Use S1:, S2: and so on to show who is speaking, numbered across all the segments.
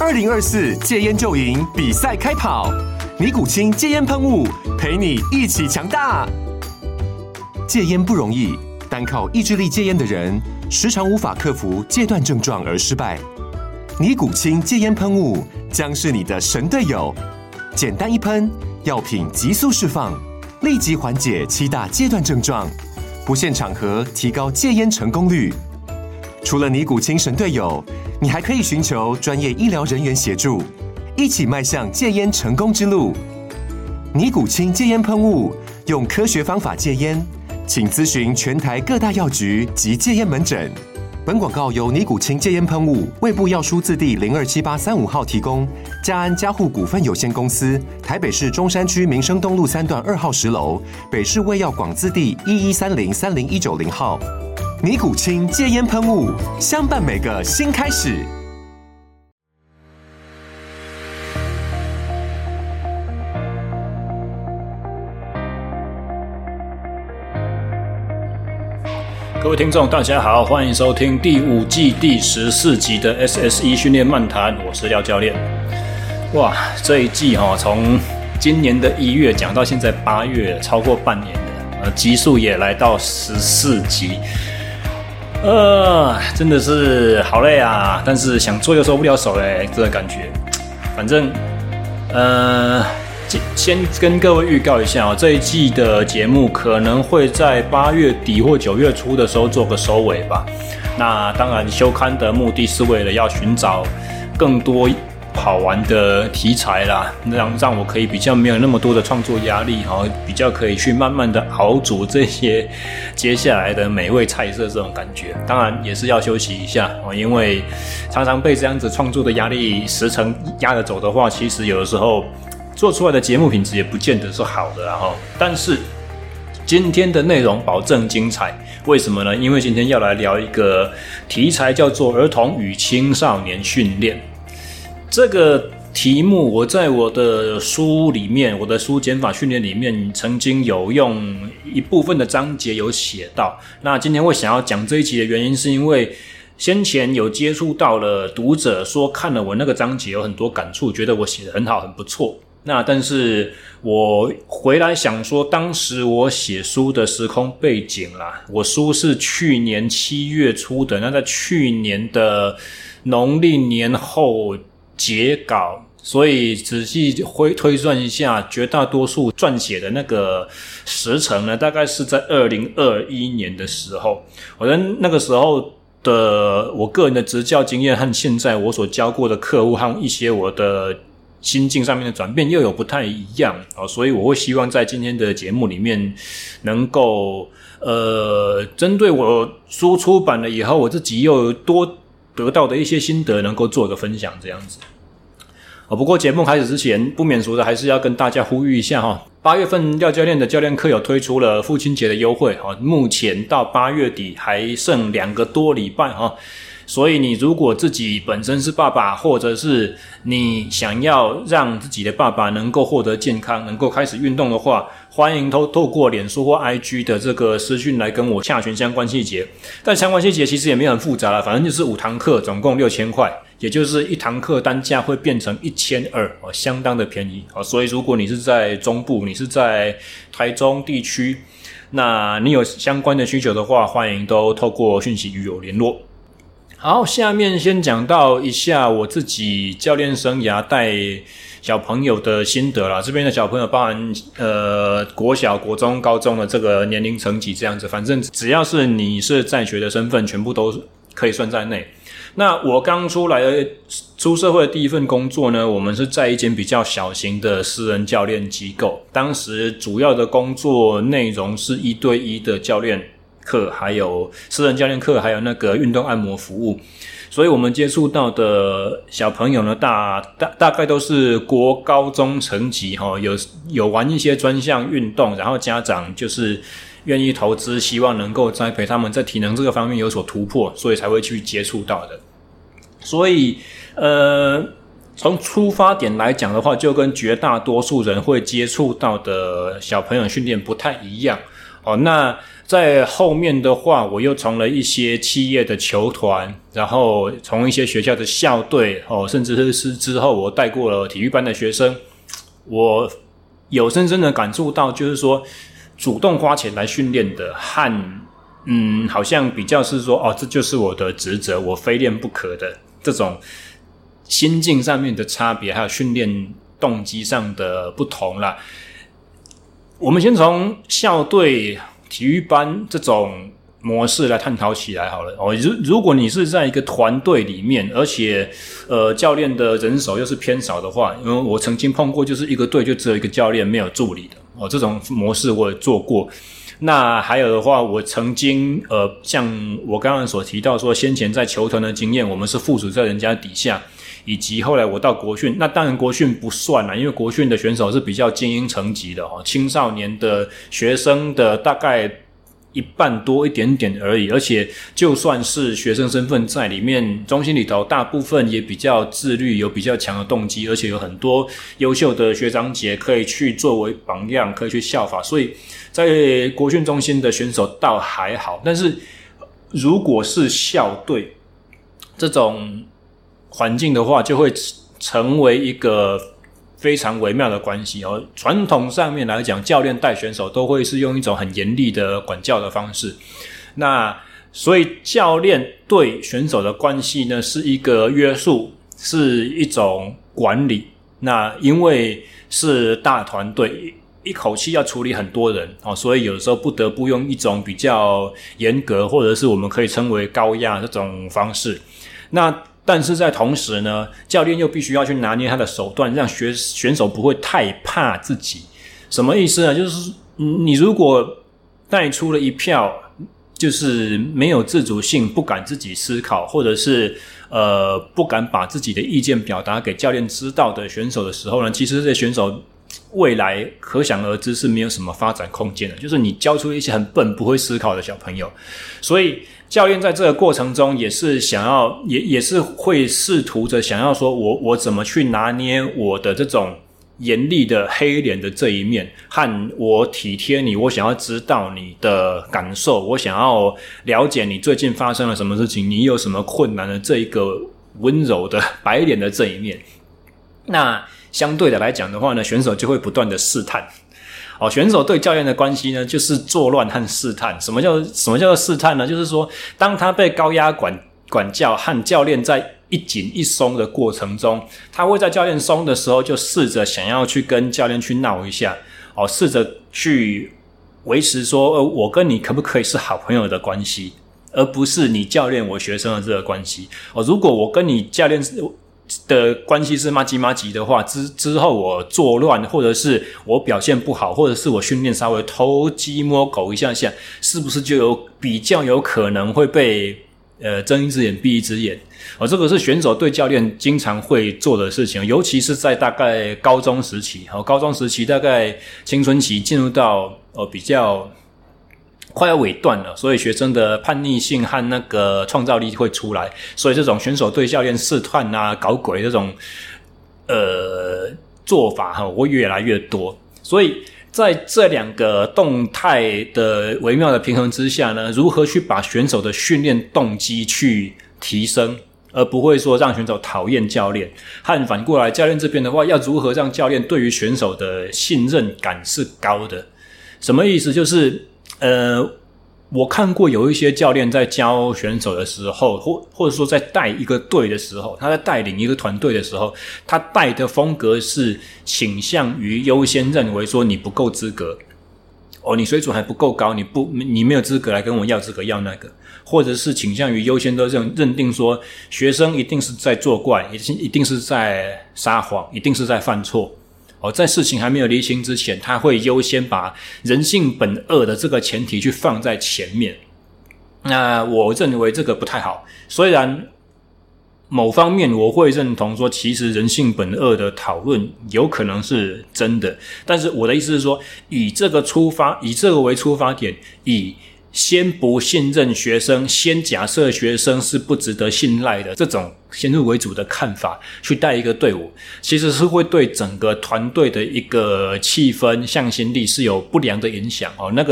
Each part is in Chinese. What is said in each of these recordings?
S1: 2024戒烟就赢比赛开跑，尼古清戒烟喷雾陪你一起强大。戒烟不容易，单靠意志力戒烟的人，时常无法克服戒断症状而失败。尼古清戒烟喷雾将是你的神队友，简单一喷，药品急速释放，立即缓解7大戒断症状，不限场合提高戒烟成功率。除了尼古清神队友，你还可以寻求专业医疗人员协助，一起迈向戒烟成功之路。尼古清戒烟喷雾，用科学方法戒烟，请咨询全台各大药局及戒烟门诊。本广告由尼古清戒烟喷雾、卫部药书字第027835号提供，嘉安嘉护股份有限公司，台北市中山区民生东路3段2号10楼，北市卫药广字第1130-30190号。尼古清戒烟喷雾，相伴每个新开始。
S2: 各位听众大家好，欢迎收听第5季第14集的 SSE 训练漫谈，我是廖教练。哇，这一季从今年的1月讲到现在8月，超过半年的，集数也来到14集。真的是好累啊，但是想做又收不了手嘞，这个感觉。反正先跟各位预告一下这一季的节目可能会在8月底或9月初的时候做个收尾吧。那当然休刊的目的是为了要寻找更多好玩的题材啦，让我可以比较没有那么多的创作压力，比较可以去慢慢的熬煮这些接下来的美味菜色这种感觉。当然也是要休息一下，因为常常被这样子创作的压力时程压着走的话，其实有的时候做出来的节目品质也不见得是好的啦。但是今天的内容保证精彩，为什么呢？因为今天要来聊一个题材叫做儿童与青少年训练。这个题目我在我的书里面，我的书减法训练里面曾经有用一部分的章节有写到。那今天会想要讲这一集的原因是因为先前有接触到了读者说看了我那个章节有很多感触，觉得我写得很好很不错。那但是我回来想说，当时我写书的时空背景啦，我书是去年7月出的，那在去年的农历年后截稿，所以仔细推算一下，绝大多数撰写的那个时程呢，大概是在2021年的时候。我在那个时候的我个人的执教经验和现在我所教过的客户和一些我的心境上面的转变又有不太一样，所以我会希望在今天的节目里面能够针对我书出版了以后我自己又多得到的一些心得能够做个分享这样子。不过节目开始之前不免俗的还是要跟大家呼吁一下8月份廖教练的教练课有推出了父亲节的优惠，目前到8月底还剩2个多礼拜，所以你如果自己本身是爸爸，或者是你想要让自己的爸爸能够获得健康，能够开始运动的话，欢迎透过脸书或 IG 的这个私讯来跟我洽询相关细节。但相关细节其实也没有很复杂啦，反正就是5堂课总共6000块，也就是1堂课单价会变成1200，相当的便宜。所以如果你是在中部，你是在台中地区，那你有相关的需求的话，欢迎都透过讯息与我联络。好，下面先讲到一下我自己教练生涯带小朋友的心得啦。这边的小朋友包含国小、国中、高中的这个年龄层级这样子，反正只要是你是在学的身份，全部都可以算在内。那我刚出社会的第一份工作呢，我们是在一间比较小型的私人教练机构，当时主要的工作内容是1对1的教练课，还有私人教练课，还有那个运动按摩服务。所以我们接触到的小朋友呢，大概都是国高中层级，有玩一些专项运动，然后家长就是愿意投资，希望能够栽培他们在体能这个方面有所突破，所以才会去接触到的。所以从出发点来讲的话，就跟绝大多数人会接触到的小朋友训练不太一样。那在后面的话，我又从了一些企业的球团，然后从一些学校的校队甚至是之后我带过了体育班的学生，我有深深的感触到，就是说主动花钱来训练的和好像比较是说这就是我的职责，我非练不可的这种心境上面的差别，还有训练动机上的不同啦。我们先从校队体育班这种模式来探讨起来好了。如果你是在一个团队里面，而且教练的人手又是偏少的话，因为我曾经碰过就是一个队就只有一个教练没有助理的这种模式我也做过。那还有的话，我曾经像我刚刚所提到说先前在球团的经验，我们是附属在人家底下，以及后来我到国训，那当然国训不算啦，因为国训的选手是比较精英层级的青少年的学生的大概一半多一点点而已，而且就算是学生身份在里面，中心里头大部分也比较自律，有比较强的动机，而且有很多优秀的学长姐可以去作为榜样，可以去效法，所以在国训中心的选手倒还好。但是如果是校队这种环境的话，就会成为一个非常微妙的关系传统上面来讲，教练带选手都会是用一种很严厉的管教的方式，那所以教练对选手的关系呢是一个约束，是一种管理。那因为是大团队，一口气要处理很多人所以有时候不得不用一种比较严格，或者是我们可以称为高压这种方式。但是在同时呢，教练又必须要去拿捏他的手段，让选手不会太怕自己。什么意思呢？就是你如果带出了一票就是没有自主性，不敢自己思考，或者是不敢把自己的意见表达给教练知道的选手的时候呢，其实这些选手未来可想而知是没有什么发展空间的，就是你教出一些很笨不会思考的小朋友。所以教练在这个过程中也是想要也是会试图着想要说我怎么去拿捏我的这种严厉的黑脸的这一面，和我体贴你，我想要知道你的感受，我想要了解你最近发生了什么事情，你有什么困难的这一个温柔的白脸的这一面。那相对的来讲的话呢，选手就会不断的试探选手对教练的关系呢，就是作乱和试探。什么叫做试探呢？就是说，当他被高压管教和教练在一紧一松的过程中，他会在教练松的时候，就试着想要去跟教练去闹一下试着去维持说我跟你可不可以是好朋友的关系，而不是你教练我学生的这个关系如果我跟你教练的关系是麻吉的话，之后我作乱，或者是我表现不好，或者是我训练稍微偷鸡摸狗一下，是不是就比较有可能会被睁一只眼闭一只眼这个是选手对教练经常会做的事情，尤其是在大概高中时期大概青春期进入到比较快要尾段了，所以学生的叛逆性和那个创造力会出来，所以这种选手对教练试探搞鬼这种做法会越来越多。所以在这两个动态的微妙的平衡之下呢，如何去把选手的训练动机去提升，而不会说让选手讨厌教练，和反过来教练这边的话，要如何让教练对于选手的信任感是高的。什么意思？就是我看过有一些教练在教选手的时候，或者说在带一个队的时候，他在带领一个团队的时候，他带的风格是倾向于优先认为说你不够资格你水准还不够高，你没有资格来跟我要这个要那个，或者是倾向于优先都认定说学生一定是在作怪，一定是在撒谎，一定是在犯错在事情还没有厘清之前，他会优先把人性本恶的这个前提去放在前面。那我认为这个不太好，虽然某方面我会认同说其实人性本恶的讨论有可能是真的，但是我的意思是说，以这个为出发点，以先不信任学生，先假设学生是不值得信赖的这种先入为主的看法去带一个队伍，其实是会对整个团队的一个气氛向心力是有不良的影响那个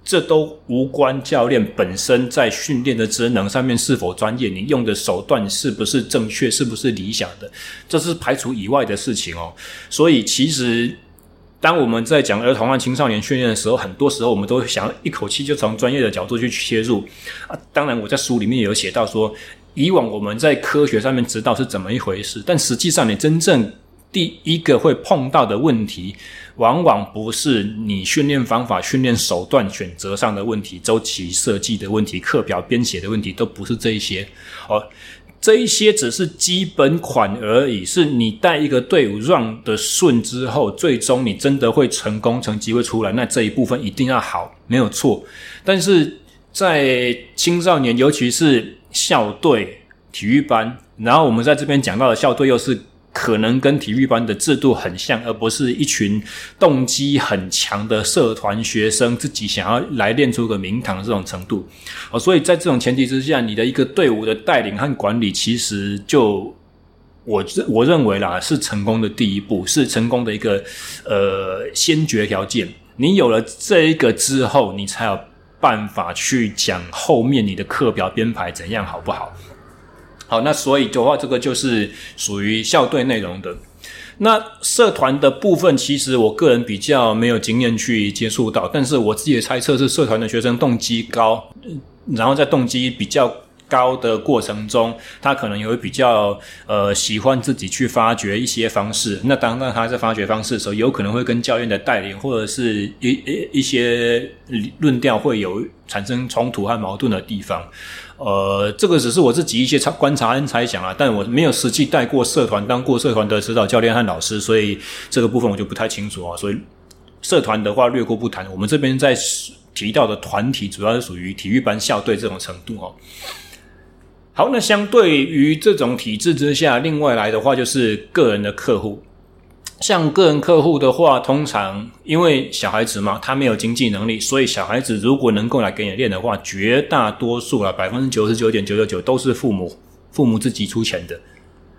S2: 这都无关教练本身在训练的职能上面是否专业，你用的手段是不是正确，是不是理想的，这是排除以外的事情哦。所以其实当我们在讲儿童和青少年训练的时候，很多时候我们都想要一口气就从专业的角度去切入当然我在书里面也有写到说，以往我们在科学上面知道是怎么一回事，但实际上你真正第一个会碰到的问题，往往不是你训练方法、训练手段选择上的问题，周期设计的问题，课表编写的问题，都不是这一些这一些只是基本款而已，是你带一个队伍 run 的顺之后，最终你真的会成功，成绩会出来，那这一部分一定要好，没有错。但是在青少年，尤其是校队、体育班，然后我们在这边讲到的校队又是可能跟体育班的制度很像，而不是一群动机很强的社团学生自己想要来练出个名堂的这种程度所以在这种前提之下，你的一个队伍的带领和管理，其实就我认为啦，是成功的第一步，是成功的一个先决条件。你有了这一个之后，你才有办法去讲后面你的课表编排怎样好不好。好，那所以的话，这个就是属于校队内容的。那社团的部分，其实我个人比较没有经验去接触到，但是我自己的猜测是，社团的学生动机高，然后在动机比较高的过程中，他可能也会比较喜欢自己去发掘一些方式。那当然他在发掘方式的时候，有可能会跟教练的带领或者是一些论调会有产生冲突和矛盾的地方。这个只是我自己一些观察和猜想啊，但我没有实际带过社团，当过社团的指导教练和老师，所以这个部分我就不太清楚所以社团的话略过不谈，我们这边在提到的团体主要是属于体育班、校队这种程度好，那相对于这种体制之下，另外来的话就是个人的客户。像个人客户的话，通常因为小孩子嘛，他没有经济能力，所以小孩子如果能够来给你练的话，绝大多数啦 99.999% 都是父母自己出钱的。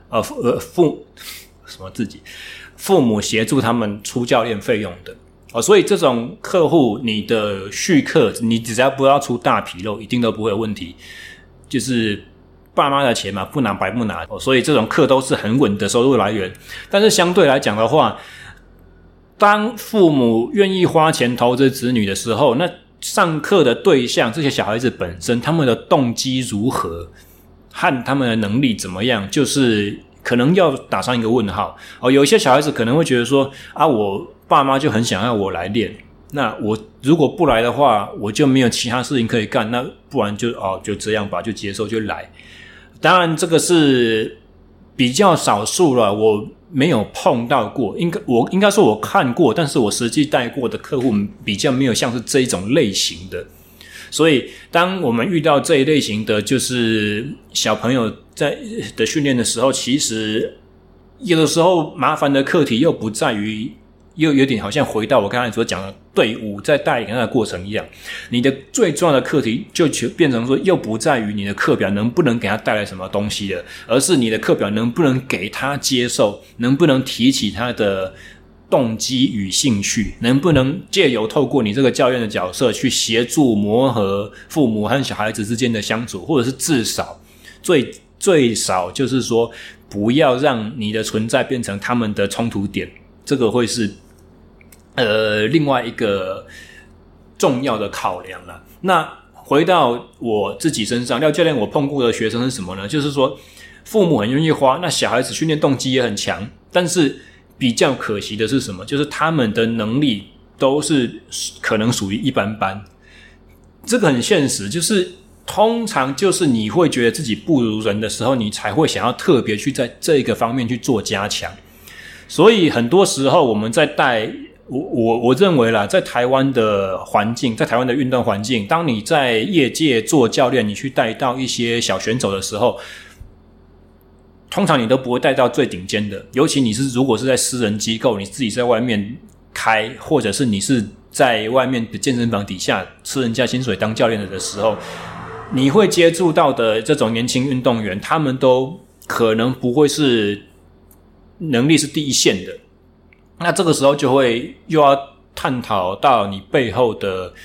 S2: 父母协助他们出教练费用的。所以这种客户，你的续课，你只要不要出大纰漏，一定都不会有问题。就是爸妈的钱嘛，不拿白不拿所以这种课都是很稳的收入来源。但是相对来讲的话，当父母愿意花钱投资子女的时候，那上课的对象，这些小孩子本身，他们的动机如何和他们的能力怎么样，就是可能要打上一个问号有一些小孩子可能会觉得说我爸妈就很想要我来练，那我如果不来的话，我就没有其他事情可以干，那不然就这样吧，就接受就来。当然这个是比较少数了，我没有碰到过，我应该说我看过，但是我实际带过的客户比较没有像是这一种类型的。所以当我们遇到这一类型的就是小朋友的训练的时候，其实有的时候麻烦的课题又不在于，又有点好像回到我刚才所讲的队伍在带领的过程一样，你的最重要的课题就变成说，又不在于你的课表能不能给他带来什么东西了，而是你的课表能不能给他接受，能不能提起他的动机与兴趣，能不能借由透过你这个教练的角色去协助磨合父母和小孩子之间的相处，或者是至少最少就是说，不要让你的存在变成他们的冲突点，这个会是另外一个重要的考量啦。那回到我自己身上，廖教练我碰过的学生是什么呢？就是说父母很愿意花，那小孩子训练动机也很强，但是比较可惜的是什么？就是他们的能力都是可能属于一般般。这个很现实，就是通常就是你会觉得自己不如人的时候，你才会想要特别去在这个方面去做加强。所以很多时候我们在带我认为啦，在台湾的环境，在台湾的运动环境，当你在业界做教练，你去带到一些小选手的时候，通常你都不会带到最顶尖的，尤其如果是在私人机构，你自己在外面开，或者是你是在外面的健身房底下吃人家薪水当教练的时候，你会接触到的这种年轻运动员，他们都可能不会是能力是第一线的。那这个时候就会又要探讨到你背后的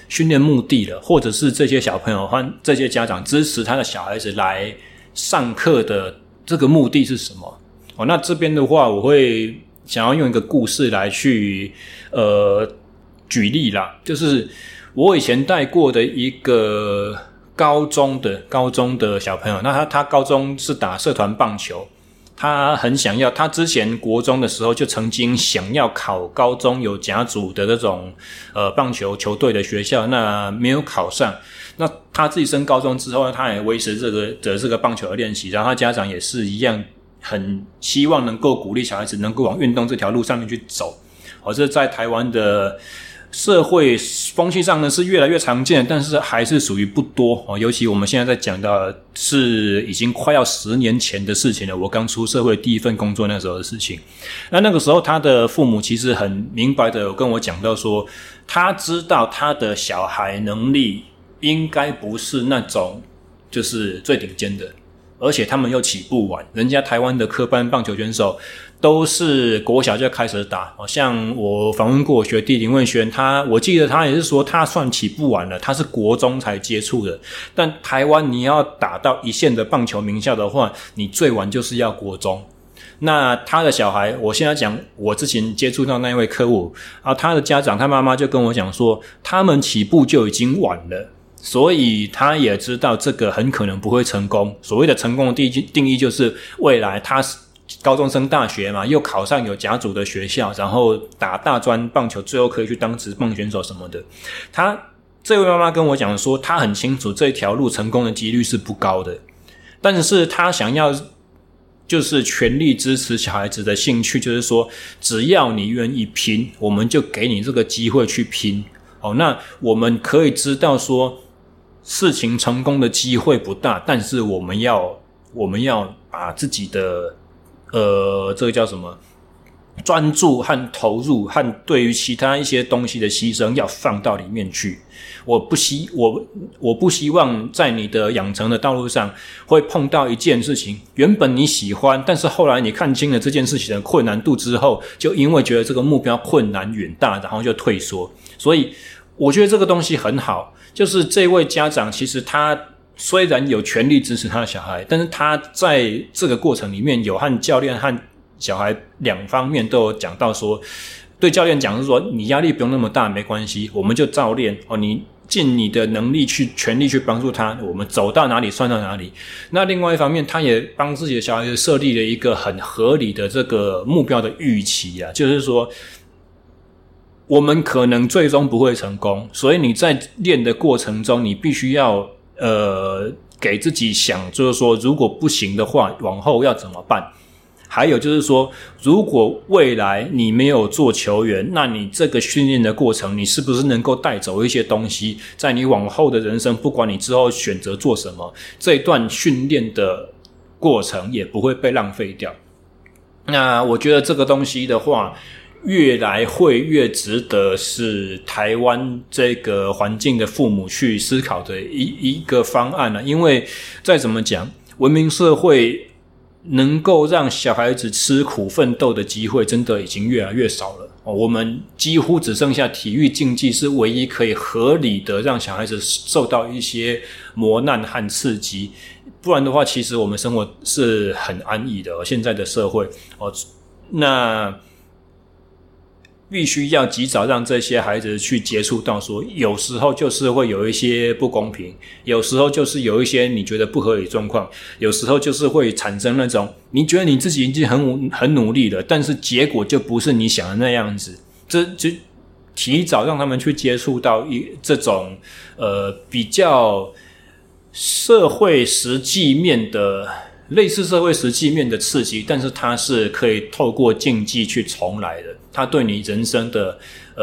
S2: 训练目的了，或者是这些小朋友和这些家长支持他的小孩子来上课的这个目的是什么？那这边的话，我会想要用一个故事来去举例啦，就是我以前带过的一个高中的小朋友，那他高中是打社团棒球。他很想要，他之前国中的时候就曾经想要考高中有甲组的这种棒球球队的学校，那没有考上。那他自己升高中之后，他也维持这个棒球的练习，然后他家长也是一样，很希望能够鼓励小孩子能够往运动这条路上面去走。这在台湾的社会风气上呢是越来越常见，但是还是属于不多尤其我们现在在讲到的是已经快要10年前的事情了，我刚出社会第一份工作那时候的事情。那个时候他的父母其实很明白的有跟我讲到说，他知道他的小孩能力应该不是那种就是最顶尖的，而且他们又起步晚，人家台湾的科班棒球选手都是国小就开始打，像我访问过我学弟林文轩，我记得他也是说他算起步晚了，他是国中才接触的。但台湾你要打到一线的棒球名校的话，你最晚就是要国中。那他的小孩，我现在讲我之前接触到那一位客户他的家长他妈妈就跟我讲说，他们起步就已经晚了，所以他也知道这个很可能不会成功。所谓的成功的定义就是未来他高中升大学嘛，又考上有甲组的学校，然后打大专棒球，最后可以去当职棒选手什么的。这位妈妈跟我讲说，她很清楚这条路成功的几率是不高的，但是她想要就是全力支持小孩子的兴趣，就是说只要你愿意拼，我们就给你这个机会去拼。那我们可以知道说事情成功的机会不大，但是我们要把自己的这个叫什么专注和投入和对于其他一些东西的牺牲要放到里面去。我不希望在你的养成的道路上会碰到一件事情，原本你喜欢，但是后来你看清了这件事情的困难度之后，就因为觉得这个目标困难远大，然后就退缩。所以我觉得这个东西很好，就是这位家长其实他虽然有权利支持他的小孩，但是他在这个过程里面有和教练和小孩两方面都有讲到说，对教练讲是说，你压力不用那么大，没关系，我们就照练你尽你的能力去全力去帮助他，我们走到哪里算到哪里。那另外一方面，他也帮自己的小孩子设立了一个很合理的这个目标的预期就是说我们可能最终不会成功，所以你在练的过程中，你必须要给自己想，就是说如果不行的话，往后要怎么办？还有就是说，如果未来你没有做球员，那你这个训练的过程，你是不是能够带走一些东西，在你往后的人生，不管你之后选择做什么，这一段训练的过程也不会被浪费掉。那我觉得这个东西的话，越来会越值得是台湾这个环境的父母去思考的一个方案因为再怎么讲，文明社会能够让小孩子吃苦奋斗的机会真的已经越来越少了我们几乎只剩下体育竞技是唯一可以合理的让小孩子受到一些磨难和刺激，不然的话其实我们生活是很安逸的现在的社会那必须要及早让这些孩子去接触到说，有时候就是会有一些不公平，有时候就是有一些你觉得不合理状况，有时候就是会产生那种你觉得你自己已经很努力了，但是结果就不是你想的那样子，这就提早让他们去接触到这种比较社会实际面的类似社会实际面的刺激，但是它是可以透过竞技去重来的，它对你人生的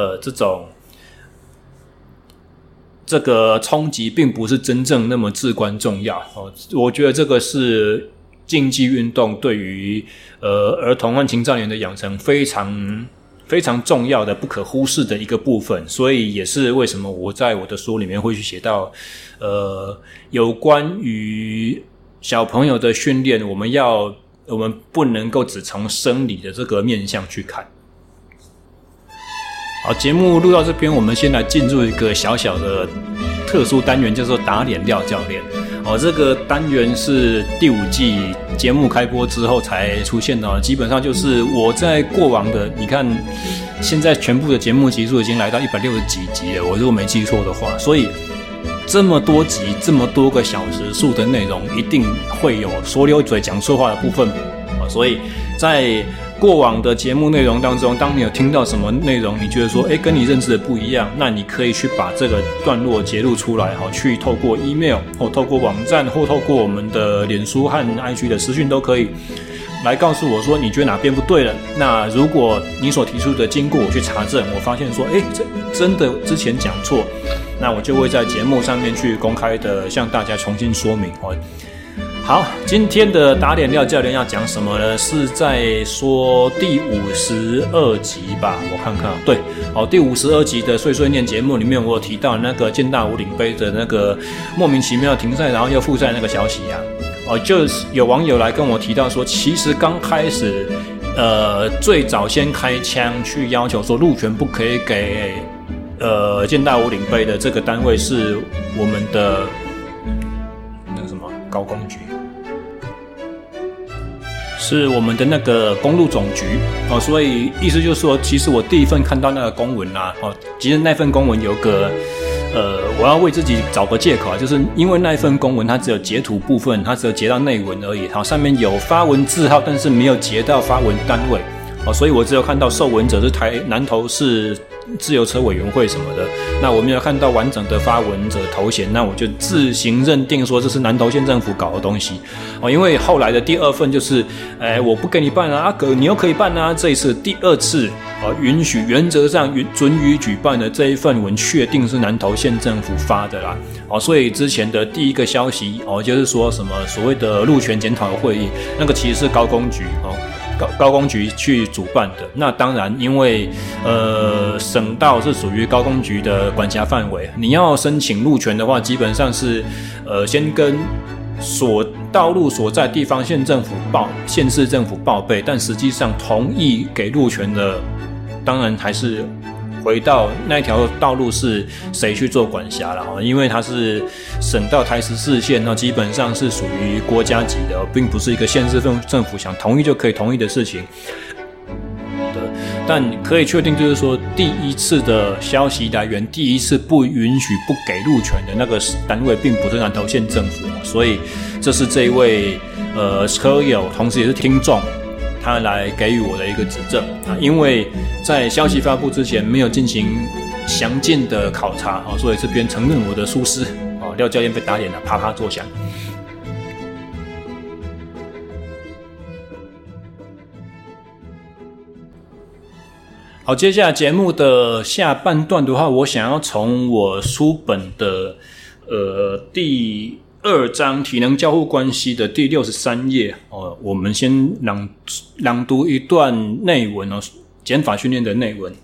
S2: 这个冲击并不是真正那么至关重要我觉得这个是竞技运动对于儿童和青少年的养成非常非常重要的不可忽视的一个部分，所以也是为什么我在我的书里面会去写到有关于小朋友的训练，我们不能够只从生理的这个面向去看。 好，节目录到这边，我们先来进入一个小小的特殊单元，叫做打脸廖教练。这个单元是第5季节目开播之后才出现的，基本上就是我在过往的，你看现在全部的节目集数已经来到160几集了，我如果没记错的话，所以这么多集这么多个小时数的内容，一定会有说溜嘴讲错话的部分，所以在过往的节目内容当中，当你有听到什么内容你觉得说跟你认知的不一样，那你可以去把这个段落截录出来，去透过 email 或透过网站或透过我们的脸书和 IG 的私讯都可以来告诉我说你觉得哪边不对了。那如果你所提出的经过我去查证，我发现说这真的之前讲错，那我就会在节目上面去公开的向大家重新说明。好，今天的打脸廖教练要讲什么呢？是在说第52集吧，我看看，对，第52集的碎碎念节目里面，我有提到那个建大武岭杯的那个莫名其妙停赛然后又复赛那个消息啊，就是有网友来跟我提到说，其实刚开始最早先开枪去要求说路权不可以给建大武岭杯的这个单位是我们的那个什么高工局，是我们的那个公路总局所以意思就是说，其实我第一份看到那个公文其实那份公文有个我要为自己找个借口就是因为那份公文它只有截图部分，它只有截到内文而已，上面有发文字号，但是没有截到发文单位所以我只有看到受文者是南投市自由车委员会什么的，那我没有看到完整的发文者头衔，那我就自行认定说这是南投县政府搞的东西因为后来的第2份就是我不给你办啊，你又可以办啊，这一次第2次允许，原则上准予举办的这一份文确定是南投县政府发的啦所以之前的第一个消息就是说什么所谓的路权检讨会议，那个其实是高工局高工局去主办的。那当然因为省道是属于高工局的管辖范围，你要申请路权的话基本上是先跟道路所在地方县市政府报备，但实际上同意给路权的当然还是回到那条道路是谁去做管辖了因为它是省道台14线，那基本上是属于国家级的，并不是一个县市政府想同意就可以同意的事情。但可以确定就是说，第一次的消息来源，第一次不允许不给路权的那个单位并不是南投县政府，所以这是这一位车友同时也是听众他来给予我的一个指正因为在消息发布之前没有进行详尽的考察所以这边承认我的疏失廖教练被打脸了，啪啪作响。好，接下来节目的下半段的话，我想要从我书本的第2章体能交互关系的第63页我们先朗读一段内文减法训练的内文。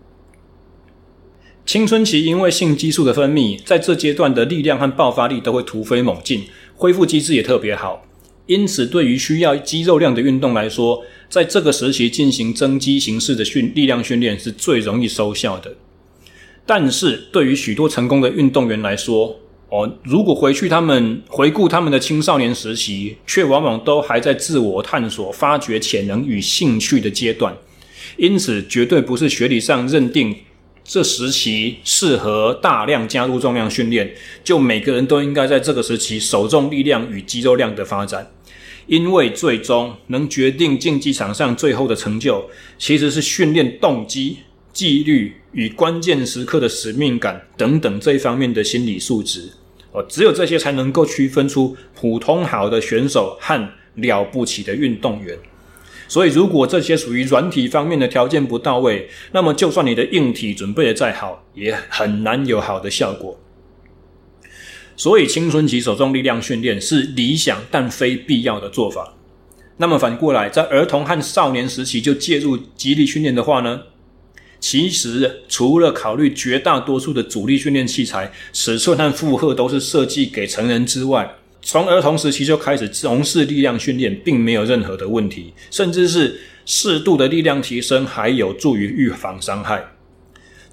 S2: 青春期因为性激素的分泌，在这阶段的力量和爆发力都会突飞猛进，恢复机制也特别好。因此对于需要肌肉量的运动来说，在这个时期进行增肌形式的力量训练是最容易收效的。但是对于许多成功的运动员来说如果回顾他们的青少年时期，却往往都还在自我探索、发掘潜能与兴趣的阶段，因此绝对不是学理上认定这时期适合大量加入重量训练，就每个人都应该在这个时期首重力量与肌肉量的发展。因为最终能决定竞技场上最后的成就，其实是训练动机、纪律与关键时刻的使命感等等这一方面的心理素质只有这些才能够区分出普通好的选手和了不起的运动员。所以如果这些属于软体方面的条件不到位，那么就算你的硬体准备的再好，也很难有好的效果。所以青春期首重力量训练是理想但非必要的做法。那么反过来，在儿童和少年时期就介入肌力训练的话呢，其实除了考虑绝大多数的阻力训练器材尺寸和负荷都是设计给成人之外，从儿童时期就开始从事力量训练并没有任何的问题，甚至是适度的力量提升还有助于预防伤害。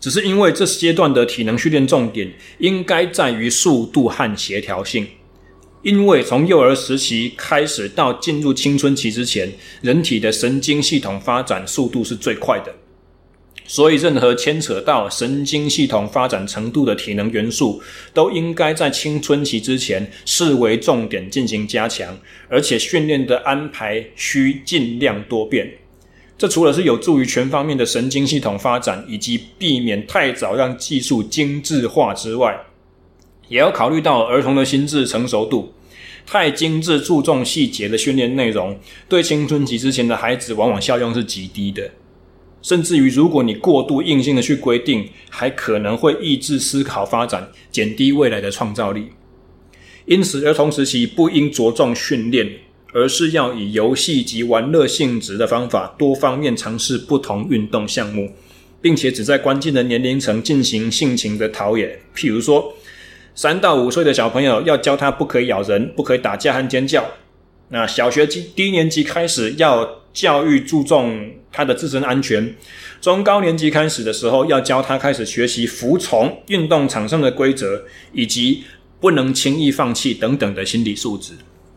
S2: 只是因为这阶段的体能训练重点应该在于速度和协调性。因为从幼儿时期开始到进入青春期之前，人体的神经系统发展速度是最快的，所以任何牵扯到神经系统发展程度的体能元素都应该在青春期之前视为重点进行加强，而且训练的安排需尽量多变。这除了是有助于全方面的神经系统发展以及避免太早让技术精致化之外，也要考虑到儿童的心智成熟度。太精致注重细节的训练内容对青春期之前的孩子往往效用是极低的，甚至于如果你过度硬性的去规定，还可能会抑制思考发展，减低未来的创造力。因此儿童时期不应着重训练，而是要以游戏及玩乐性质的方法多方面尝试不同运动项目，并且只在关键的年龄层进行性情的陶冶。譬如说3到5岁的小朋友要教他不可以咬人，不可以打架和尖叫。那小学低年级开始要教育注重他的自身安全，中高年级开始的时候要教他开始学习服从运动场上的规则，以及不能轻易放弃等等的心理素质。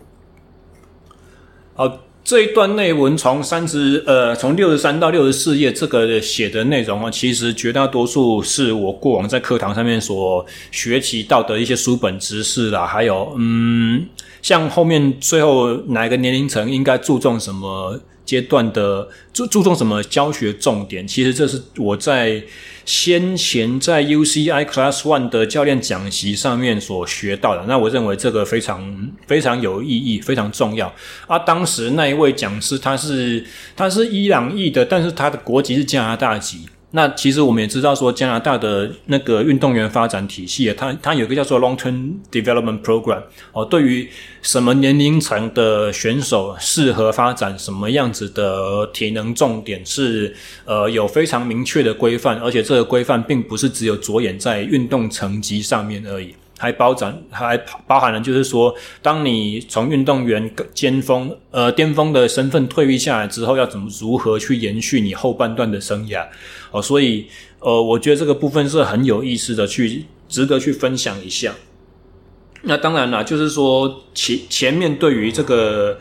S2: 好，这一段内文从63到64页这个写的内容其实绝大多数是我过往在课堂上面所学习到的一些书本知识啦，还有像后面最后哪一个年龄层应该注重什么阶段的注重什么教学重点，其实这是我在先前在 UCI Class 1的教练讲习上面所学到的。那我认为这个非常非常有意义，非常重要当时那一位讲师他是伊朗裔的，但是他的国籍是加拿大籍。那其实我们也知道说加拿大的那个运动员发展体系它有一个叫做 Long-Term Development Program 对于什么年龄层的选手适合发展什么样子的体能重点是有非常明确的规范，而且这个规范并不是只有着眼在运动成绩上面而已，还包含了就是说当你从运动员巅峰的身份退役下来之后，要如何去延续你后半段的生涯所以我觉得这个部分是很有意思的，值得去分享一下。那当然啦，就是说前面对于这个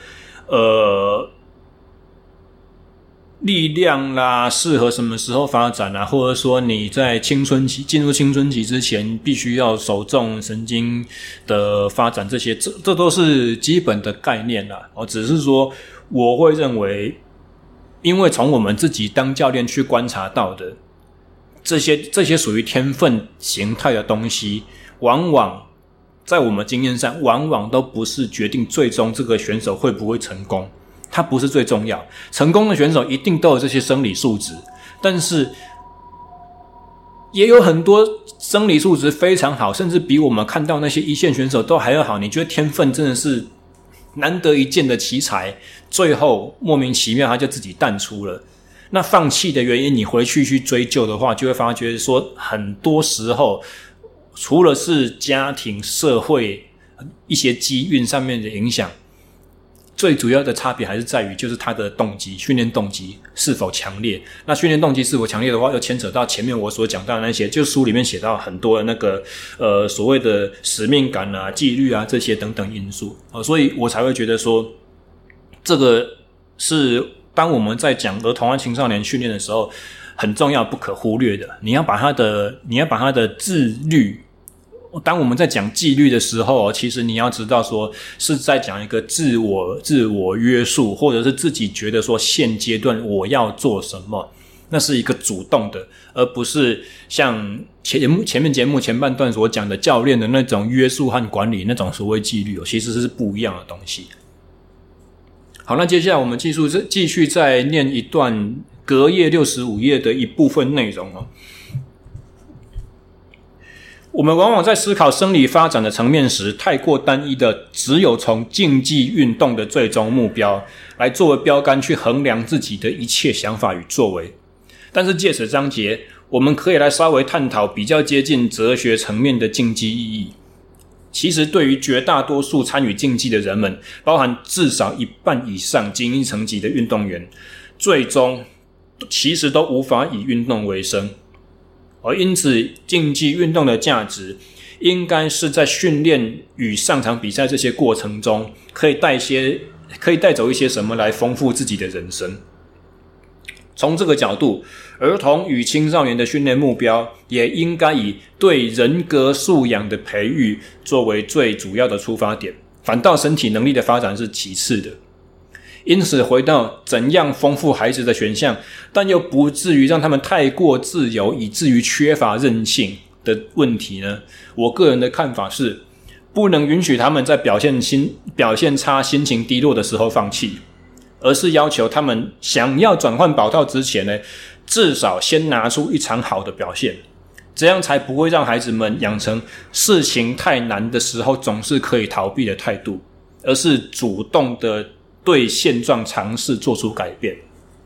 S2: 力量啦，适合什么时候发展啊，或者说你在进入青春期之前必须要首重神经的发展，这些这都是基本的概念啦只是说我会认为，因为从我们自己当教练去观察到的这些属于天分形态的东西，往往在我们经验上往往都不是决定最终这个选手会不会成功，它不是最重要。成功的选手一定都有这些生理素质，但是也有很多生理素质非常好，甚至比我们看到那些一线选手都还要好，你觉得天分真的是难得一见的奇才，最后莫名其妙他就自己淡出了。那放弃的原因你回去追究的话，就会发觉说很多时候除了是家庭社会一些机运上面的影响，最主要的差别还是在于就是他的动机，训练动机是否强烈。那训练动机是否强烈的话，又牵扯到前面我所讲到的那些，就书里面写到很多的那个所谓的使命感啊、纪律啊这些等等因素所以我才会觉得说这个是当我们在讲儿童和青少年训练的时候很重要不可忽略的。你要把他的自律，当我们在讲纪律的时候其实你要知道说是在讲一个自我约束，或者是自己觉得说现阶段我要做什么，那是一个主动的，而不是像前面节目前半段所讲的教练的那种约束和管理，那种所谓纪律其实是不一样的东西。好，那接下来我们继续再念一段隔页65页的一部分内容我们往往在思考生理发展的层面时，太过单一的只有从竞技运动的最终目标来作为标杆去衡量自己的一切想法与作为。但是借此章节，我们可以来稍微探讨比较接近哲学层面的竞技意义。其实对于绝大多数参与竞技的人们，包含至少一半以上精英层级的运动员，最终其实都无法以运动为生因此竞技运动的价值应该是在训练与上场比赛这些过程中可以带走一些什么来丰富自己的人生。从这个角度，儿童与青少年的训练目标也应该以对人格素养的培育作为最主要的出发点，反倒身体能力的发展是其次的。因此回到怎样丰富孩子的选项，但又不至于让他们太过自由以至于缺乏韧性的问题呢，我个人的看法是不能允许他们在表现差心情低落的时候放弃，而是要求他们想要转换跑道之前呢，至少先拿出一场好的表现，这样才不会让孩子们养成事情太难的时候总是可以逃避的态度，而是主动的对现状尝试做出改变。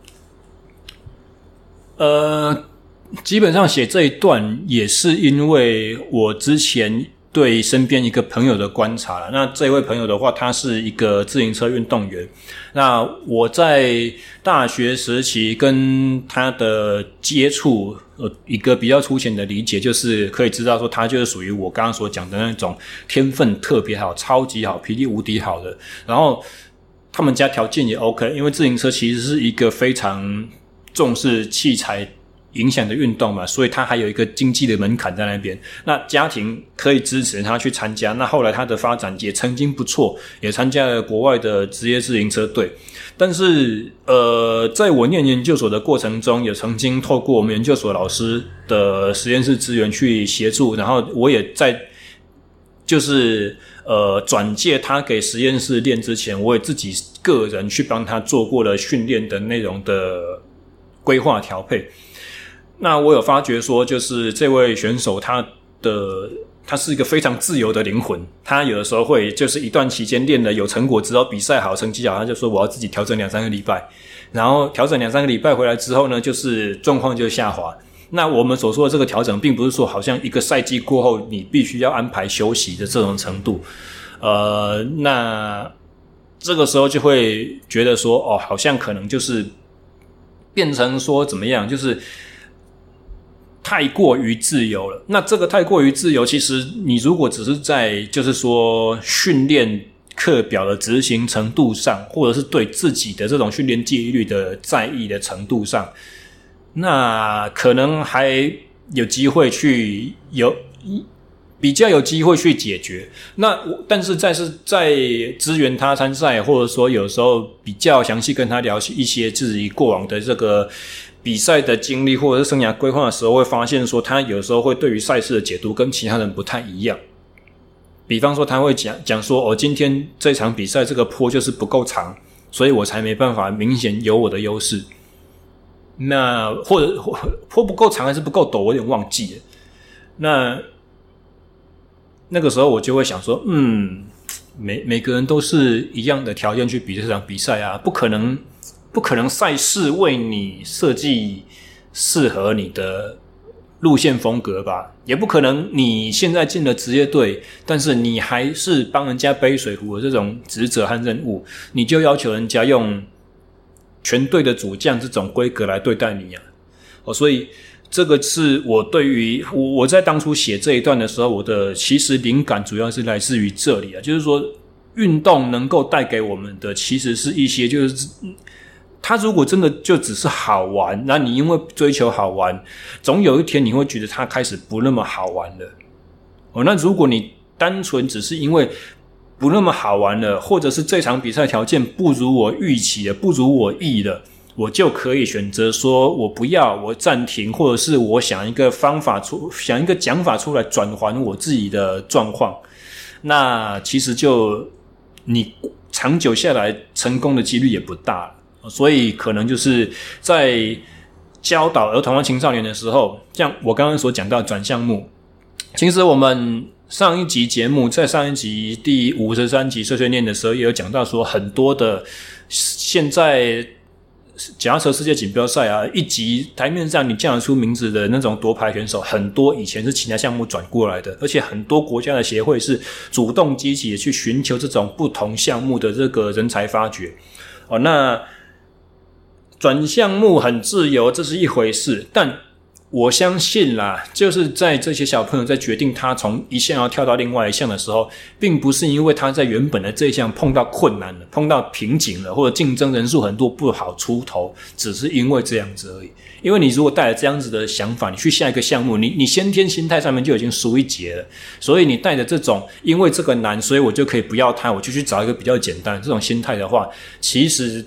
S2: 基本上写这一段也是因为我之前对身边一个朋友的观察了。那这位朋友的话，他是一个自行车运动员。那我在大学时期跟他的接触，一个比较粗浅的理解就是可以知道说，他就是属于我刚刚所讲的那种天分特别好、超级好、霹雳无敌好的。然后他们家条件也 OK， 因为自行车其实是一个非常重视器材影响的运动嘛，所以他还有一个经济的门槛在那边。那家庭可以支持他去参加，那后来他的发展也曾经不错，也参加了国外的职业自行车队。但是在我念研究所的过程中，也曾经透过我们研究所老师的实验室资源去协助，然后我也在就是转介他给实验室练之前，我也自己个人去帮他做过了训练的内容的规划调配。那我有发觉说，就是这位选手他是一个非常自由的灵魂，他有的时候会就是一段期间练了有成果之后，比赛好成绩好，他就说我要自己调整2-3个礼拜，然后调整2-3个礼拜回来之后呢，就是状况就下滑。那我们所说的这个调整并不是说好像一个赛季过后你必须要安排休息的这种程度。那这个时候就会觉得说好像可能就是变成说怎么样，就是太过于自由了。那这个太过于自由，其实你如果只是在就是说训练课表的执行程度上，或者是对自己的这种训练纪律的在意的程度上，那可能还有机会去比较有机会去解决。但是在支援他参赛，或者说有时候比较详细跟他聊一些自己过往的这个比赛的经历或者是生涯规划的时候，会发现说他有时候会对于赛事的解读跟其他人不太一样。比方说他会讲说今天这场比赛这个坡就是不够长，所以我才没办法明显有我的优势。那或者坡不够长还是不够陡，我有点忘记了。那个时候我就会想说，每个人都是一样的条件去比这场比赛啊，不可能赛事为你设计适合你的路线风格吧，也不可能你现在进了职业队，但是你还是帮人家背水壶的这种职责和任务，你就要求人家用全队的主将这种规格来对待你啊。所以这个是我对于我在当初写这一段的时候，我的其实灵感主要是来自于这里啊，就是说运动能够带给我们的其实是一些，就是它如果真的就只是好玩，那你因为追求好玩，总有一天你会觉得它开始不那么好玩了。那如果你单纯只是因为不那么好玩了，或者是这场比赛条件不如我预期的，不如我意的，我就可以选择说我不要，我暂停，或者是我想一个想一个讲法出来转换我自己的状况。那其实就你长久下来成功的几率也不大了。所以可能就是在教导儿童和青少年的时候，像我刚刚所讲到转项目，其实我们上一集节目在上一集第53集碎碎念的时候也有讲到说，很多的现在脚踏车世界锦标赛啊，一级台面上你叫得出名字的那种夺牌选手，很多以前是其他项目转过来的，而且很多国家的协会是主动积极的去寻求这种不同项目的这个人才发掘。那转项目很自由，这是一回事，但我相信啦，就是在这些小朋友在决定他从一项要跳到另外一项的时候，并不是因为他在原本的这一项碰到困难了，碰到瓶颈了，或者竞争人数很多不好出头，只是因为这样子而已。因为你如果带着这样子的想法，你去下一个项目，你先天心态上面就已经输一截了，所以你带着这种因为这个难，所以我就可以不要它，我就去找一个比较简单的这种心态的话，其实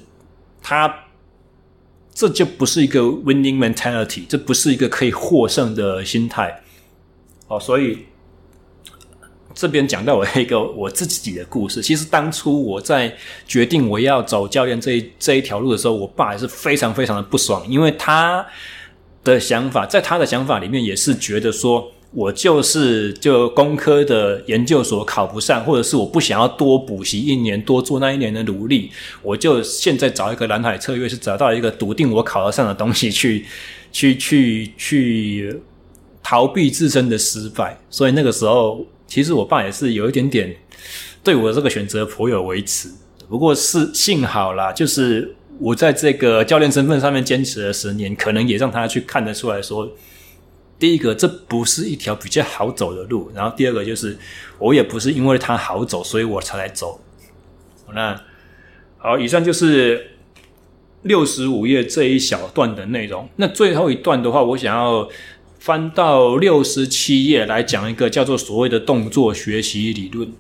S2: 这就不是一个 winning mentality， 这不是一个可以获胜的心态。所以这边讲到一个我自己的故事。其实当初我在决定我要走教练这一条路的时候，我爸也是非常非常的不爽，因为他的想法，在他的想法里面也是觉得说，我就工科的研究所考不上，或者是我不想要多补习一年，多做那一年的努力，我就现在找一个蓝海策略，是找到一个笃定我考得上的东西去逃避自身的失败。所以那个时候其实我爸也是有一点点对我这个选择颇有微词，不过是幸好啦，就是我在这个教练身份上面坚持了10年，可能也让他去看得出来说，第一个，这不是一条比较好走的路，然后第二个就是我也不是因为它好走所以我才来走。那好，以上就是65页这一小段的内容。那最后一段的话，我想要翻到67页来讲一个叫做所谓的动作学习理论。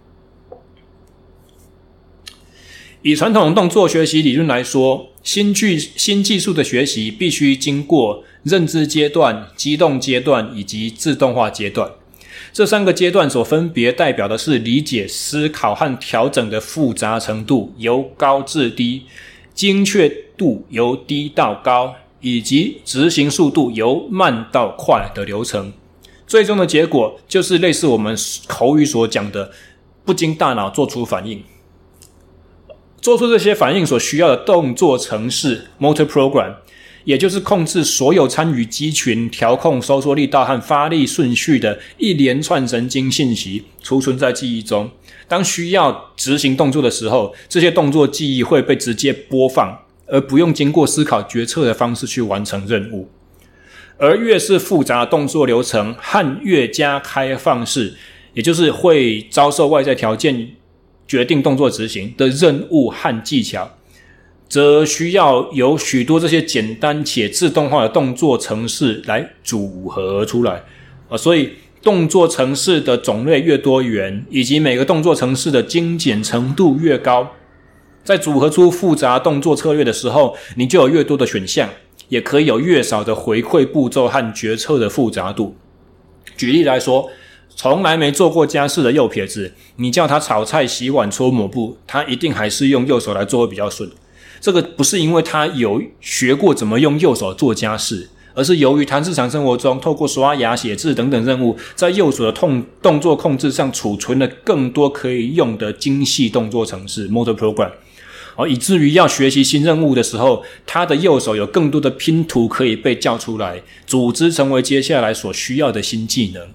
S2: 以传统动作学习理论来说，新技术的学习必须经过认知阶段、机动阶段以及自动化阶段。这3个阶段所分别代表的是理解、思考和调整的复杂程度由高至低，精确度由低到高，以及执行速度由慢到快的流程。最终的结果就是类似我们口语所讲的不经大脑做出反应。做出这些反应所需要的动作程式 motor program， 也就是控制所有参与肌群、调控收缩力道和发力顺序的一连串神经信息，储存在记忆中。当需要执行动作的时候，这些动作记忆会被直接播放，而不用经过思考决策的方式去完成任务。而越是复杂的动作流程和越加开放式，也就是会遭受外在条件决定动作执行的任务和技巧，则需要由许多这些简单且自动化的动作程式来组合出来。所以动作程式的种类越多元，以及每个动作程式的精简程度越高，在组合出复杂动作策略的时候，你就有越多的选项，也可以有越少的回馈步骤和决策的复杂度。举例来说，从来没做过家事的右撇子，你叫他炒菜、洗碗、搓抹布，他一定还是用右手来做会比较顺。这个不是因为他有学过怎么用右手做家事，而是由于他日常生活中透过刷牙、写字等等任务，在右手的动作控制上储存了更多可以用的精细动作程式 motor program，以至于要学习新任务的时候，他的右手有更多的拼图可以被叫出来，组织成为接下来所需要的新技能。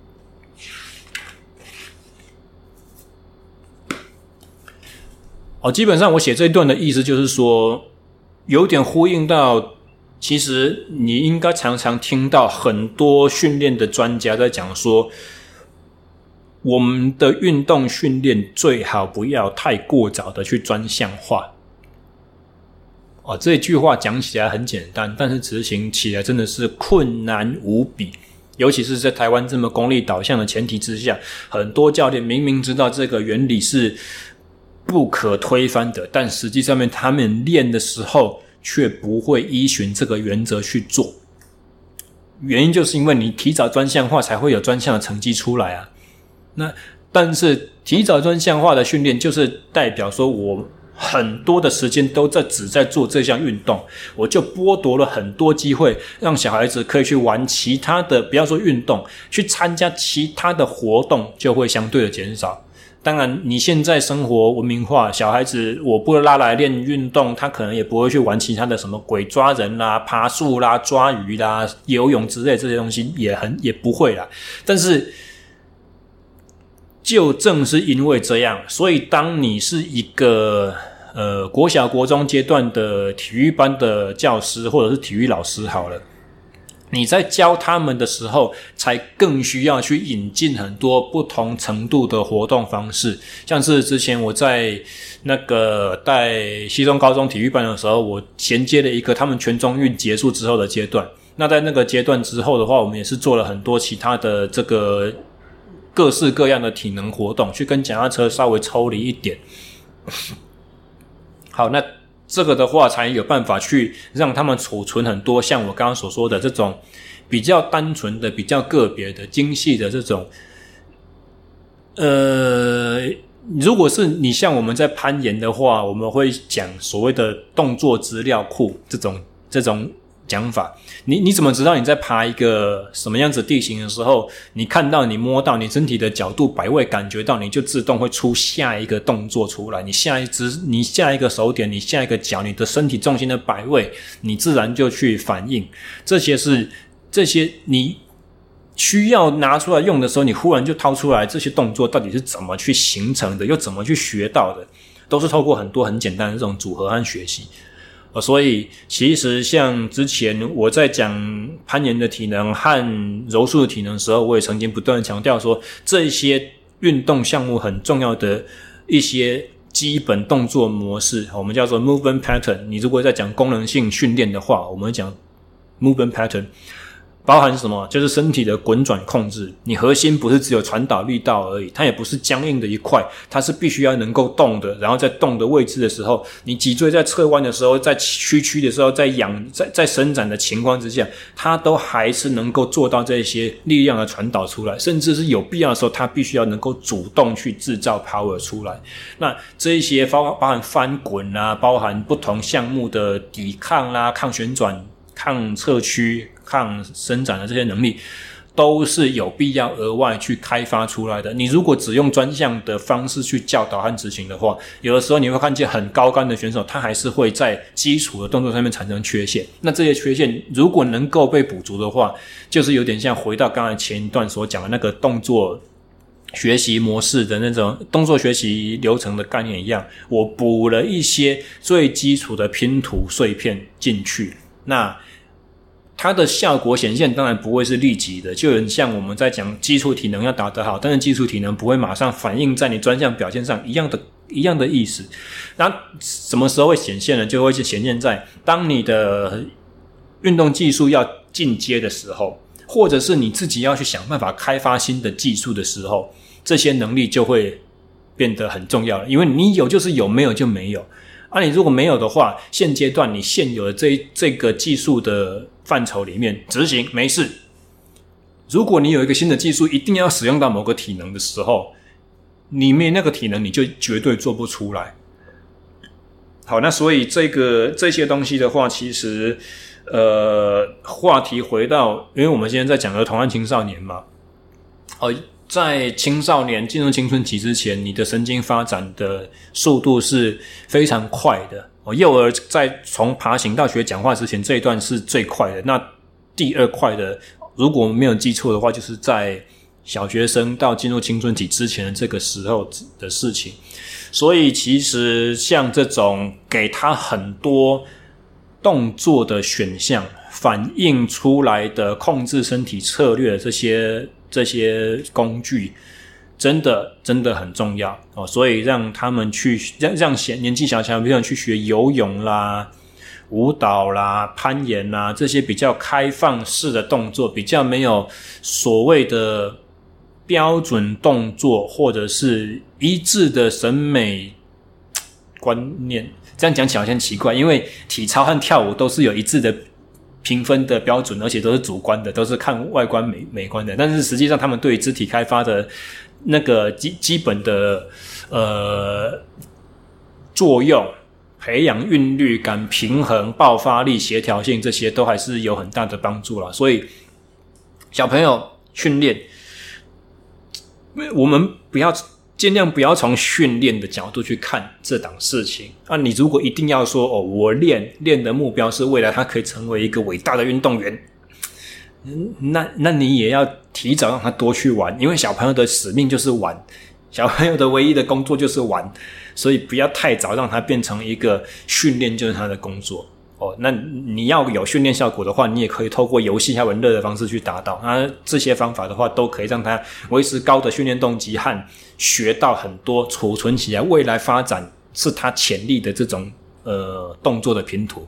S2: 基本上我写这一段的意思就是说，有点呼应到，其实你应该常常听到很多训练的专家在讲说，我们的运动训练最好不要太过早的去专项化。这句话讲起来很简单，但是执行起来真的是困难无比。尤其是在台湾这么功利导向的前提之下，很多教练明明知道这个原理是不可推翻的，但实际上面他们练的时候却不会依循这个原则去做。原因就是因为你提早专项化才会有专项的成绩出来啊。但是提早专项化的训练就是代表说我很多的时间都只在做这项运动，我就剥夺了很多机会让小孩子可以去玩其他的，不要说运动，去参加其他的活动就会相对的减少。当然你现在生活文明化，小孩子我不拉来练运动，他可能也不会去玩其他的什么鬼抓人啦、爬树啦、抓鱼啦、游泳之类这些东西，也不会啦。但是就正是因为这样，所以当你是一个国小国中阶段的体育班的教师或者是体育老师好了， 你在教他们的时候，才更需要去引进很多不同程度的活动方式。像是之前我在那个带西中高中体育班的时候，我衔接了一个他们全中运结束之后的阶段。那在那个阶段之后的话，我们也是做了很多其他的这个各式各样的体能活动，去跟脚踏车稍微抽离一点。好，那这个的话才有办法去让他们储存很多像我刚刚所说的这种比较单纯的、比较个别的、精细的这种如果是你像我们在攀岩的话，我们会讲所谓的动作资料库这种讲法。你怎么知道你在爬一个什么样子地形的时候，你看到、你摸到、你身体的角度摆位感觉到，你就自动会出下一个动作出来，你下一个手点，你下一个脚，你的身体重心的摆位，你自然就去反应。这些你需要拿出来用的时候，你忽然就掏出来，这些动作到底是怎么去形成的，又怎么去学到的，都是透过很多很简单的这种组合和学习。所以其实像之前我在讲攀岩的体能和柔术的体能的时候，我也曾经不断强调说，这些运动项目很重要的一些基本动作模式，我们叫做 movement pattern。 你如果在讲功能性训练的话，我们讲 movement pattern，包含什么？就是身体的滚转控制。你核心不是只有传导力道而已，它也不是僵硬的一块，它是必须要能够动的。然后在动的位置的时候，你脊椎在侧弯的时候，在屈的时候，在伸展的情况之下，它都还是能够做到这些力量的传导出来，甚至是有必要的时候，它必须要能够主动去制造 power 出来。那这一些包含翻滚啊，包含不同项目的抵抗啦、抗旋转、抗侧屈、抗伸展的这些能力，都是有必要额外去开发出来的。你如果只用专项的方式去教导和执行的话，有的时候你会看见很高竿的选手，他还是会在基础的动作上面产生缺陷。那这些缺陷如果能够被补足的话，就是有点像回到刚才前一段所讲的那个动作学习模式的那种动作学习流程的概念一样，我补了一些最基础的拼图碎片进去，那它的效果显现当然不会是立即的，就很像我们在讲基础体能要打得好，但是基础体能不会马上反映在你专项表现上，一样的意思。那什么时候会显现呢？就会显现在当你的运动技术要进阶的时候，或者是你自己要去想办法开发新的技术的时候，这些能力就会变得很重要了。因为你有就是有，没有就没有。你如果没有的话，现阶段你现有的这个技术的范畴里面执行没事。如果你有一个新的技术一定要使用到某个体能的时候，你没那个体能你就绝对做不出来。好，那所以这些东西的话，其实话题回到，因为我们现在在讲儿童和青少年嘛，在青少年进入青春期之前，你的神经发展的速度是非常快的。幼儿在从爬行到学讲话之前这一段是最快的，那第二快的，如果我们没有记错的话，就是在小学生到进入青春期之前的这个时候的事情。所以其实像这种给他很多动作的选项，反映出来的控制身体策略的这些工具真的很重要所以让他们去让年纪小朋友去学游泳啦、舞蹈啦、攀岩啦，这些比较开放式的动作，比较没有所谓的标准动作或者是一致的审美观念。这样讲起来好像奇怪，因为体操和跳舞都是有一致的评分的标准，而且都是主观的，都是看外观美观的，但是实际上他们对于肢体开发的那个基本的作用，培养韵律感、平衡、爆发力、协调性，这些都还是有很大的帮助啦。所以小朋友训练，我们尽量不要从训练的角度去看这档事情你如果一定要说我练的目标是未来他可以成为一个伟大的运动员，那你也要提早让他多去玩，因为小朋友的使命就是玩，小朋友的唯一的工作就是玩，所以不要太早让他变成一个训练就是他的工作那你要有训练效果的话，你也可以透过游戏还有玩乐的方式去达到。那这些方法的话，都可以让他维持高的训练动机和学到很多储存起来未来发展是他潜力的这种动作的拼图。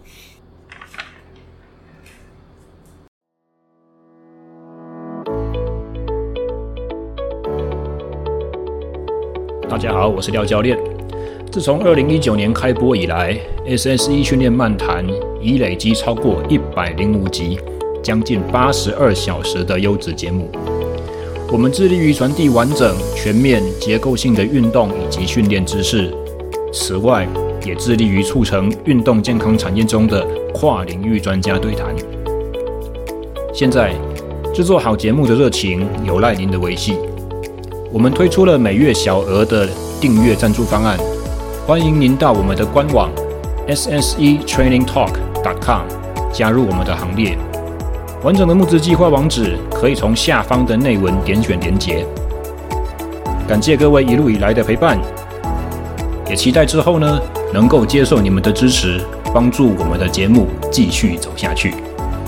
S2: 大家好，我是廖教练。自从2019年开播以来 ，SSE 训练漫谈已累积超过105集，将近82小时的优质节目。我们致力于传递完整、全面、结构性的运动以及训练知识。此外，也致力于促成运动健康产业中的跨领域专家对谈。现在，制作好节目的热情有赖您的维系。我们推出了每月小额的订阅赞助方案，欢迎您到我们的官网 ssetrainingtalk.com 加入我们的行列。完整的募资计划网址可以从下方的内文点选连结。感谢各位一路以来的陪伴，也期待之后呢能够接受你们的支持，帮助我们的节目继续走下去。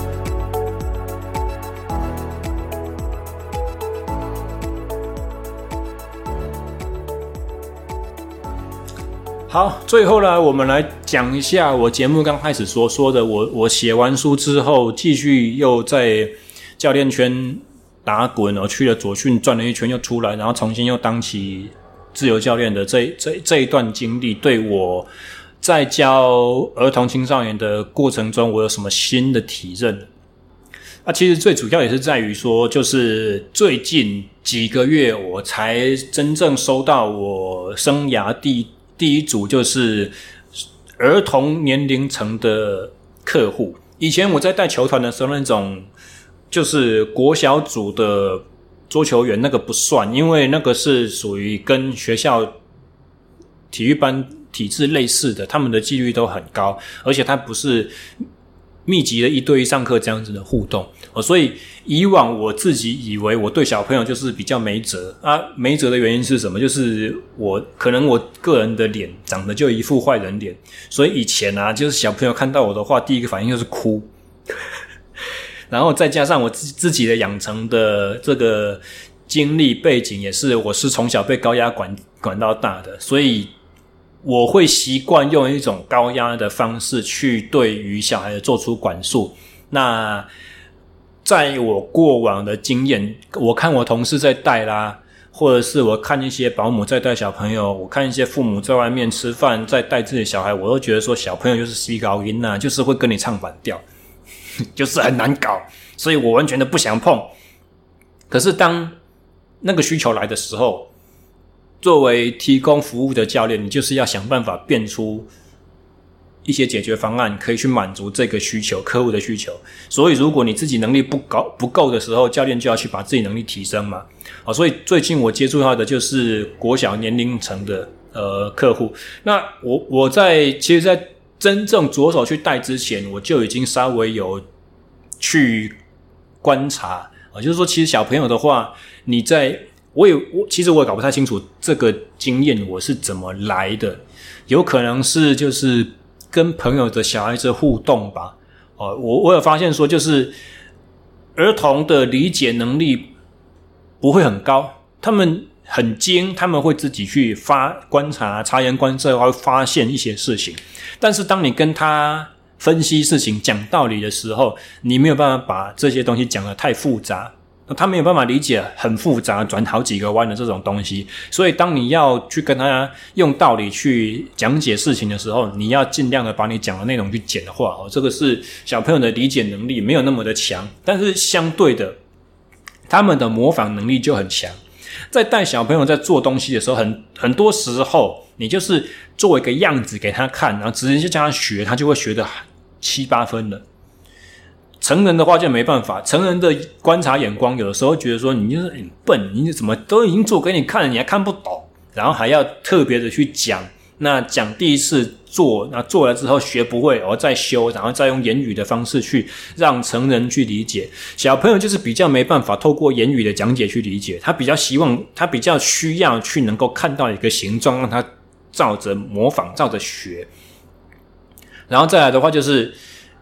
S2: 好，最后呢，我们来讲一下我节目刚开始所说的，我写完书之后，继续又在教练圈打滚，去了左训转了一圈又出来，然后重新又当起自由教练的这一段经历，对我在教儿童青少年的过程中，我有什么新的体认？其实最主要也是在于说，就是最近几个月我才真正收到我生涯第一组就是儿童年龄层的客户。以前我在带球团的时候，那种就是国小组的桌球员，那个不算，因为那个是属于跟学校体育班体制类似的，他们的纪律都很高，而且它不是密集的一对一上课这样子的互动。所以以往我自己以为我对小朋友就是比较没辙没辙的原因是什么？就是可能我个人的脸长得就一副坏人脸，所以以前就是小朋友看到我的话，第一个反应就是哭。然后再加上我自己的养成的这个经历背景，也是我是从小被高压管到大的，所以我会习惯用一种高压的方式去对于小孩做出管束。那在我过往的经验，我看我同事在带啦，或者是我看一些保姆在带小朋友，我看一些父母在外面吃饭在带自己的小孩，我都觉得说小朋友就是西高音就是会跟你唱反调，就是很难搞，所以我完全的不想碰。可是当那个需求来的时候，作为提供服务的教练，你就是要想办法变出一些解决方案，可以去满足这个需求，客户的需求。所以如果你自己能力不够的时候，教练就要去把自己能力提升嘛。所以最近我接触到的就是国小年龄层的客户。那我其实在真正着手去带之前，我就已经稍微有去观察就是说其实小朋友的话，其实我也搞不太清楚这个经验我是怎么来的，有可能是就是跟朋友的小孩子互动吧。我有发现说，就是儿童的理解能力不会很高，他们很精，他们会自己去观察、察言观色，会发现一些事情。但是当你跟他分析事情、讲道理的时候，你没有办法把这些东西讲得太复杂。他没有办法理解很复杂转好几个弯的这种东西，所以当你要去跟他用道理去讲解事情的时候，你要尽量的把你讲的内容去简化这个是小朋友的理解能力没有那么的强，但是相对的他们的模仿能力就很强。在带小朋友在做东西的时候，很多时候你就是做一个样子给他看，然后直接就叫他学，他就会学得7、8分了。成人的话就没办法，成人的观察眼光有的时候觉得说你就是很笨，你怎么都已经做给你看了，你还看不懂，然后还要特别的去讲。那讲第一次做，那做了之后学不会，然后再修，然后再用言语的方式去让成人去理解。小朋友就是比较没办法透过言语的讲解去理解，他比较需要去能够看到一个形状，让他照着模仿，照着学。然后再来的话就是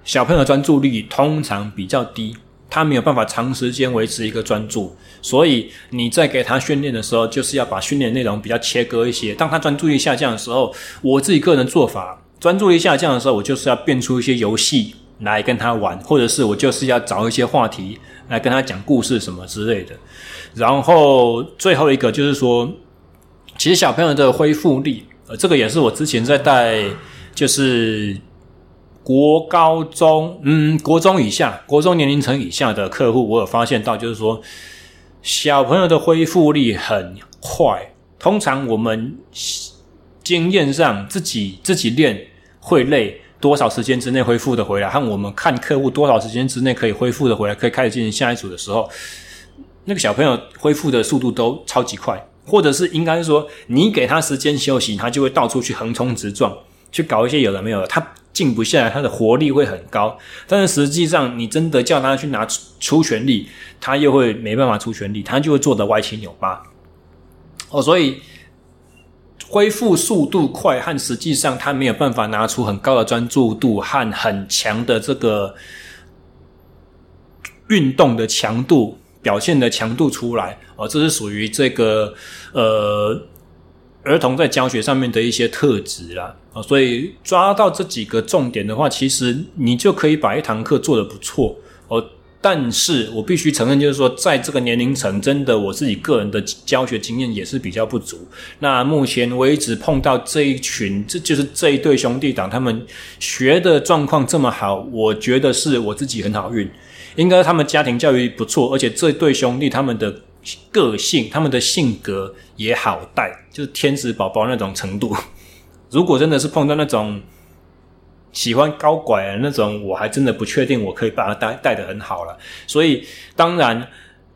S2: 小朋友的专注力通常比较低，他没有办法长时间维持一个专注，所以你在给他训练的时候，就是要把训练内容比较切割一些。当他专注力下降的时候，我自己个人做法，专注力下降的时候，我就是要变出一些游戏来跟他玩，或者是我就是要找一些话题来跟他讲故事什么之类的。然后最后一个就是说，其实小朋友的恢复力，这个也是我之前在带，就是国高中，国中以下，国中年龄层以下的客户，我有发现到，就是说小朋友的恢复力很快。通常我们经验上自己练会累，多少时间之内恢复的回来，和我们看客户多少时间之内可以恢复的回来，可以开始进行下一组的时候，那个小朋友恢复的速度都超级快，或者是应该说，你给他时间休息，他就会到处去横冲直撞，去搞一些有的没有的，他静不下来，他的活力会很高。但是实际上，你真的叫他去拿出全力，他又会没办法出全力，他就会做得歪七扭八。所以恢复速度快和实际上他没有办法拿出很高的专注度和很强的这个运动的强度、表现的强度出来，这是属于这个儿童在教学上面的一些特质啦。所以抓到这几个重点的话，其实你就可以把一堂课做得不错。但是我必须承认，就是说在这个年龄层，真的我自己个人的教学经验也是比较不足。那目前为止碰到这一群，这就是这一对兄弟党，他们学的状况这么好，我觉得是我自己很好运。应该他们家庭教育不错，而且这对兄弟他们的个性、他们的性格也好带，就是天使宝宝那种程度。如果真的是碰到那种喜欢高拐的那种，我还真的不确定我可以把他带得很好了。所以当然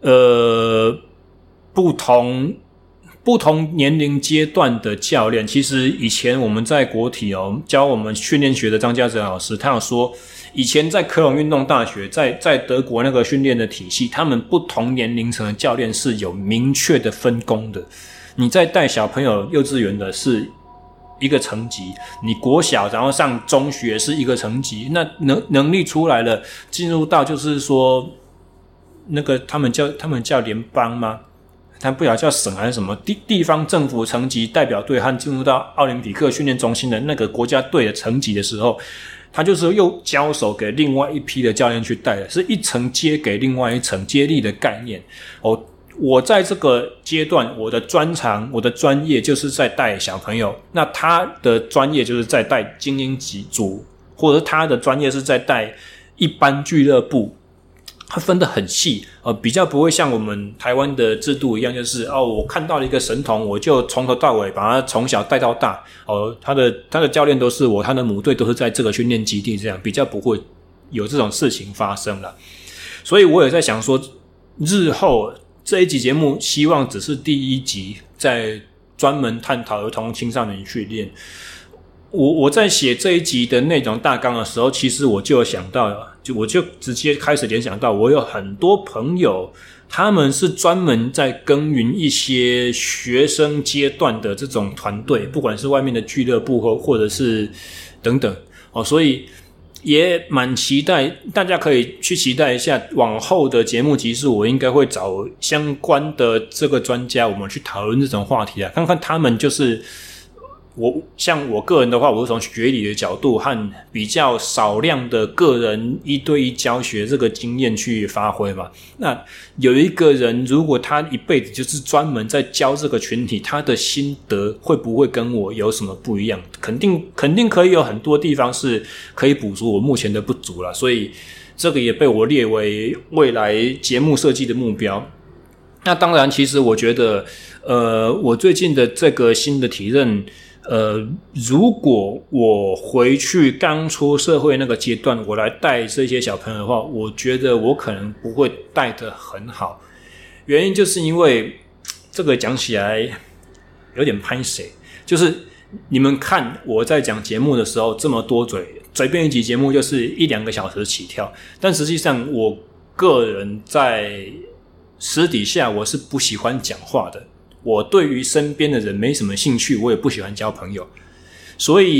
S2: 不同年龄阶段的教练，其实以前我们在国体教我们训练学的张家泽老师，他有说以前在科隆运动大学，在德国那个训练的体系，他们不同年龄层的教练是有明确的分工的。你在带小朋友幼稚园的是一个层级，你国小然后上中学是一个层级，那能力出来了，进入到就是说那个他们叫联邦吗？他不晓得叫省还是什么地方政府层级代表队和进入到奥林匹克训练中心的那个国家队的层级的时候，他就是又交手给另外一批的教练去带的，是一层接给另外一层接力的概念。我在这个阶段，我的专长、我的专业就是在带小朋友，那他的专业就是在带精英级组，或者他的专业是在带一般俱乐部，他分得很细，比较不会像我们台湾的制度一样，就是我看到了一个神童，我就从头到尾把他从小带到大，他的教练都是我，他的母队都是在这个训练基地，这样比较不会有这种事情发生了。所以我也在想说，日后这一集节目希望只是第一集，在专门探讨儿童青少年训练。我在写这一集的内容大纲的时候，其实我就有想到，我就直接开始联想到，我有很多朋友，他们是专门在耕耘一些学生阶段的这种团队，不管是外面的俱乐部或者是等等，所以也蛮期待，大家可以去期待一下往后的节目集数，我应该会找相关的这个专家，我们去讨论这种话题看看他们就是像我个人的话，我是从学理的角度和比较少量的个人一对一教学这个经验去发挥嘛。那有一个人如果他一辈子就是专门在教这个群体，他的心得会不会跟我有什么不一样？肯定可以有很多地方是可以补足我目前的不足啦，所以这个也被我列为未来节目设计的目标。那当然其实我觉得我最近的这个新的体认，如果我回去刚出社会那个阶段，我来带这些小朋友的话，我觉得我可能不会带得很好。原因就是因为这个讲起来有点拍谁，就是你们看我在讲节目的时候这么多随便一集节目就是1-2个小时起跳，但实际上我个人在私底下我是不喜欢讲话的，我对于身边的人没什么兴趣，我也不喜欢交朋友，所以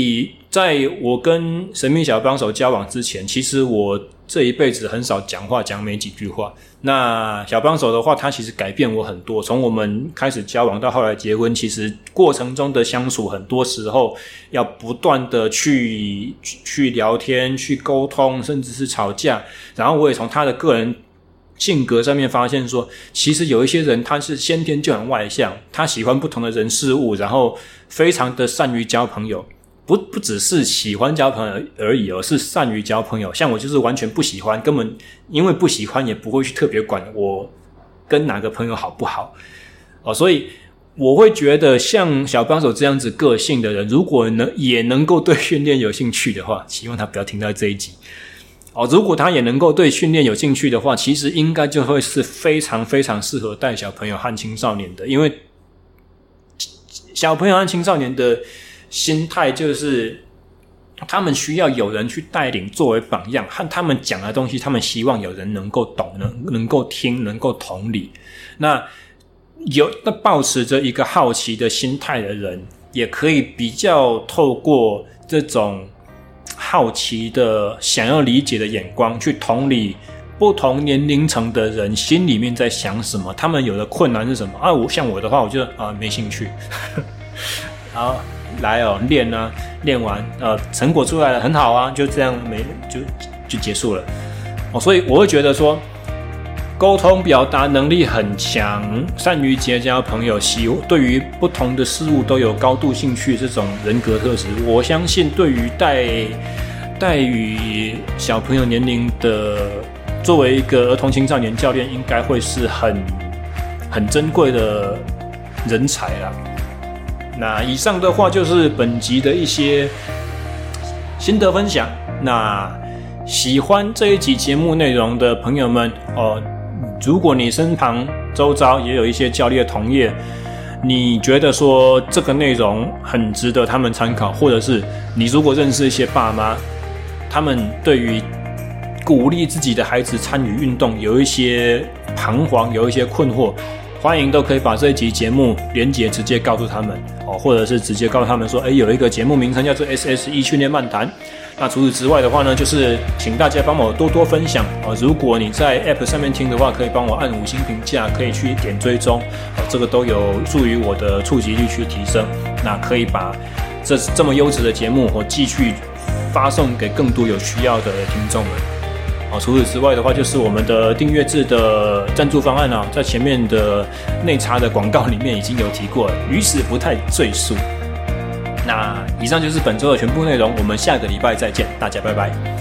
S2: 在我跟神秘小帮手交往之前，其实我这一辈子很少讲话，讲没几句话。那小帮手的话，他其实改变我很多。从我们开始交往到后来结婚，其实过程中的相处，很多时候要不断的去聊天、去沟通，甚至是吵架。然后我也从他的个人性格上面发现说，其实有一些人他是先天就很外向，他喜欢不同的人事物，然后非常的善于交朋友。不只是喜欢交朋友而已，而是善于交朋友。像我就是完全不喜欢，根本因为不喜欢也不会去特别管我跟哪个朋友好不好所以我会觉得像小帮手这样子个性的人，如果也能够对训练有兴趣的话，希望他不要听到这一集如果他也能够对训练有兴趣的话，其实应该就会是非常非常适合带小朋友和青少年的。因为小朋友和青少年的心态就是他们需要有人去带领作为榜样，和他们讲的东西他们希望有人能够懂，能够听，能够同理。那抱持着一个好奇的心态的人，也可以比较透过这种好奇的想要理解的眼光去同理不同年龄层的人心里面在想什么，他们有的困难是什么像我的话，我就没兴趣好来练完成果出来了很好啊，就这样就结束了所以我会觉得说，沟通表达能力很强，善于结交朋友，对于不同的事物都有高度兴趣，这种人格特质，我相信对于带与小朋友年龄的，作为一个儿童青少年教练，应该会是很珍贵的人才啦。那以上的话就是本集的一些心得分享。那喜欢这一集节目内容的朋友们如果你身旁周遭也有一些教练同业，你觉得说这个内容很值得他们参考，或者是你如果认识一些爸妈，他们对于鼓励自己的孩子参与运动有一些彷徨，有一些困惑，欢迎都可以把这一集节目连结直接告诉他们或者是直接告诉他们说有一个节目名称叫做 SSE 训练漫谈。那除此之外的话呢，就是请大家帮我多多分享如果你在 App 上面听的话，可以帮我按5星评价，可以去点追踪这个都有助于我的触及率去提升。那可以把这么优质的节目继续发送给更多有需要的听众们除此之外的话，就是我们的订阅制的赞助方案在前面的内插的广告里面已经有提过了，于是不太赘述。那以上就是本周的全部内容，我们下个礼拜再见，大家拜拜。